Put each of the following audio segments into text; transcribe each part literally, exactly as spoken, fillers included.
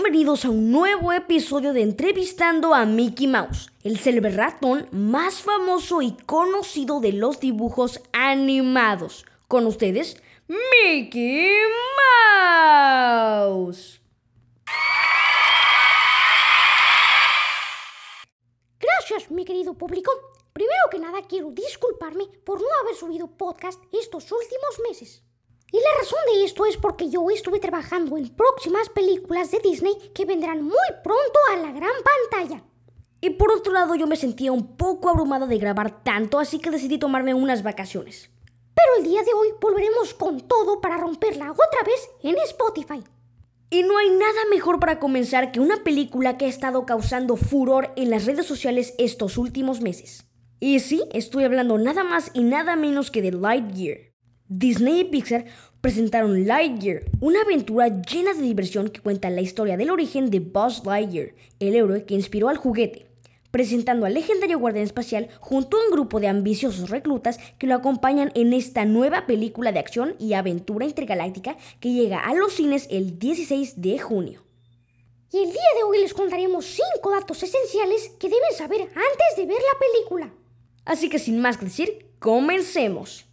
bienvenidos a un nuevo episodio de Entrevistando a Mickey Mouse, el célebre ratón más famoso y conocido de los dibujos animados. Con ustedes, Mickey Mouse. Gracias, mi querido público. Primero que nada, quiero disculparme por no haber subido podcast estos últimos meses. Y la razón de esto es porque yo estuve trabajando en próximas películas de Disney que vendrán muy pronto a la gran pantalla. Y por otro lado, yo me sentía un poco abrumada de grabar tanto, así que decidí tomarme unas vacaciones. Pero el día de hoy volveremos con todo para romperla otra vez en Spotify. Y no hay nada mejor para comenzar que una película que ha estado causando furor en las redes sociales estos últimos meses. Y sí, estoy hablando nada más y nada menos que de Lightyear. Disney y Pixar presentaron Lightyear, una aventura llena de diversión que cuenta la historia del origen de Buzz Lightyear, el héroe que inspiró al juguete, presentando al legendario guardián espacial junto a un grupo de ambiciosos reclutas que lo acompañan en esta nueva película de acción y aventura intergaláctica que llega a los cines el dieciséis de junio. Y el día de hoy les contaremos cinco datos esenciales que deben saber antes de ver la película. Así que sin más que decir, comencemos.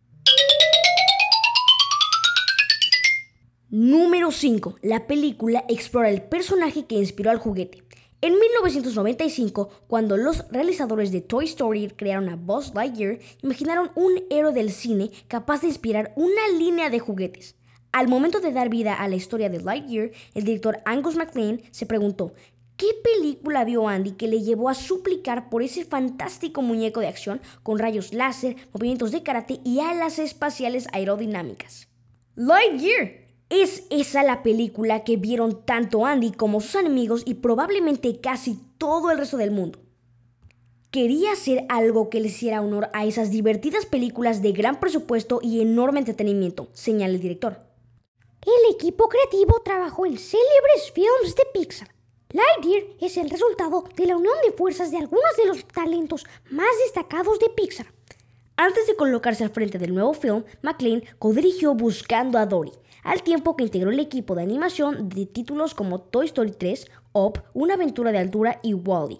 Número cinco. La película explora el personaje que inspiró al juguete. En mil novecientos noventa y cinco, cuando los realizadores de Toy Story crearon a Buzz Lightyear, imaginaron un héroe del cine capaz de inspirar una línea de juguetes. Al momento de dar vida a la historia de Lightyear, el director Angus MacLane se preguntó ¿qué película vio Andy que le llevó a suplicar por ese fantástico muñeco de acción con rayos láser, movimientos de karate y alas espaciales aerodinámicas? Lightyear. ¿Es esa la película que vieron tanto Andy como sus amigos y probablemente casi todo el resto del mundo? Quería hacer algo que le hiciera honor a esas divertidas películas de gran presupuesto y enorme entretenimiento, señala el director. El equipo creativo trabajó en célebres films de Pixar. Lightyear es el resultado de la unión de fuerzas de algunos de los talentos más destacados de Pixar. Antes de colocarse al frente del nuevo film, MacLane codirigió Buscando a Dory, al tiempo que integró el equipo de animación de títulos como Toy Story tres, Up, Una aventura de altura y Wall-E.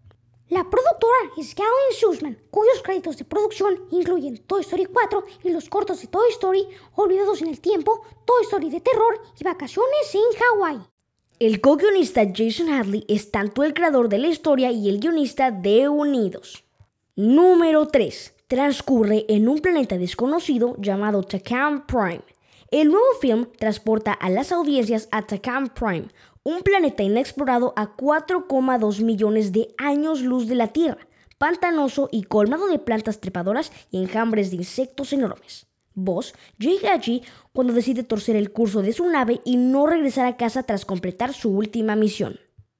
La productora es Galen Sussman, cuyos créditos de producción incluyen Toy Story cuatro y los cortos de Toy Story, Olvidados en el Tiempo, Toy Story de Terror y Vacaciones en Hawái. El co-guionista Jason Hadley es tanto el creador de la historia y el guionista de Unidos. Número tres. Transcurre en un planeta desconocido llamado Takam Prime. El nuevo film transporta a las audiencias a Takam Prime, un planeta inexplorado a cuatro coma dos millones de años luz de la Tierra, pantanoso y colmado de plantas trepadoras y enjambres de insectos enormes. Buzz llega allí cuando decide torcer el curso de su nave y no regresar a casa tras completar su última misión.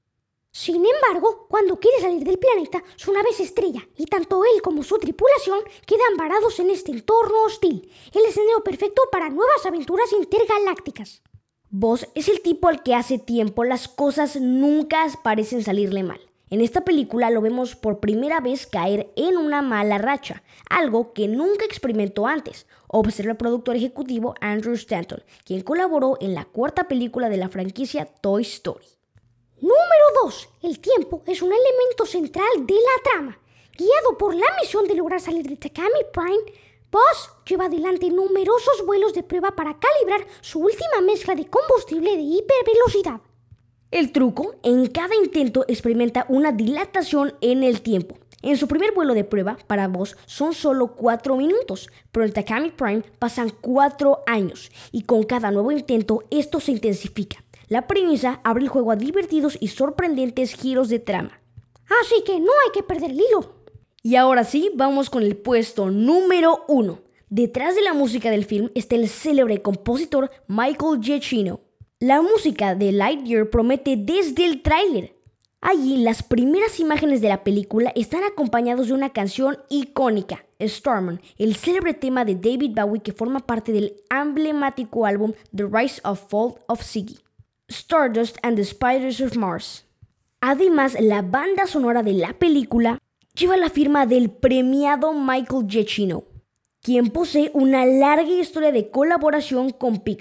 Sin embargo, cuando quiere salir del planeta, su nave se estrella y tanto él como su tripulación quedan varados en este entorno hostil, el escenario perfecto para nuevas aventuras intergalácticas. Buzz es el tipo al que hace tiempo las cosas nunca parecen salirle mal. En esta película lo vemos por primera vez caer en una mala racha, algo que nunca experimentó antes, observa el productor ejecutivo Andrew Stanton, quien colaboró en la cuarta película de la franquicia Toy Story. Número dos. El tiempo es un elemento central de la trama. Guiado por la misión de lograr salir de Takami Prime, Buzz lleva adelante numerosos vuelos de prueba para calibrar su última mezcla de combustible de hipervelocidad. El truco, en cada intento experimenta una dilatación en el tiempo. En su primer vuelo de prueba, para Buzz son solo cuatro minutos, pero en Takami Prime pasan cuatro años, y con cada nuevo intento esto se intensifica. La premisa abre el juego a divertidos y sorprendentes giros de trama. Así que no hay que perder el hilo. Y ahora sí, vamos con el puesto número uno. Detrás de la música del film está el célebre compositor Michael Giacchino. La música de Lightyear promete desde el tráiler. Allí, las primeras imágenes de la película están acompañados de una canción icónica, Starman, el célebre tema de David Bowie que forma parte del emblemático álbum The Rise and Fall of Ziggy. Stardust and the Spiders of Mars. Además, la banda sonora de la película lleva la firma del premiado Michael Giacchino, quien posee una larga historia de colaboración con Pixar.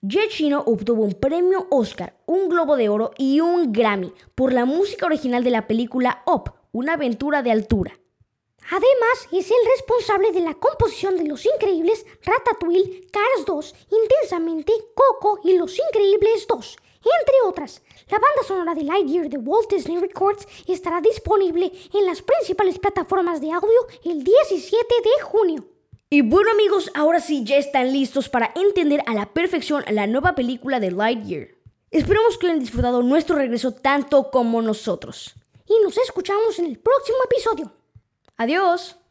Giacchino obtuvo un premio Oscar, un Globo de Oro y un Grammy por la música original de la película Up, una aventura de altura. Además, es el responsable de la composición de Los Increíbles, Ratatouille, Cars dos, Intensamente, Coco y Los Increíbles dos, entre otras. La banda sonora de Lightyear de Walt Disney Records estará disponible en las principales plataformas de audio el diecisiete de junio. Y bueno amigos, ahora sí ya están listos para entender a la perfección la nueva película de Lightyear. Esperamos que hayan disfrutado nuestro regreso tanto como nosotros. Y nos escuchamos en el próximo episodio. Adiós.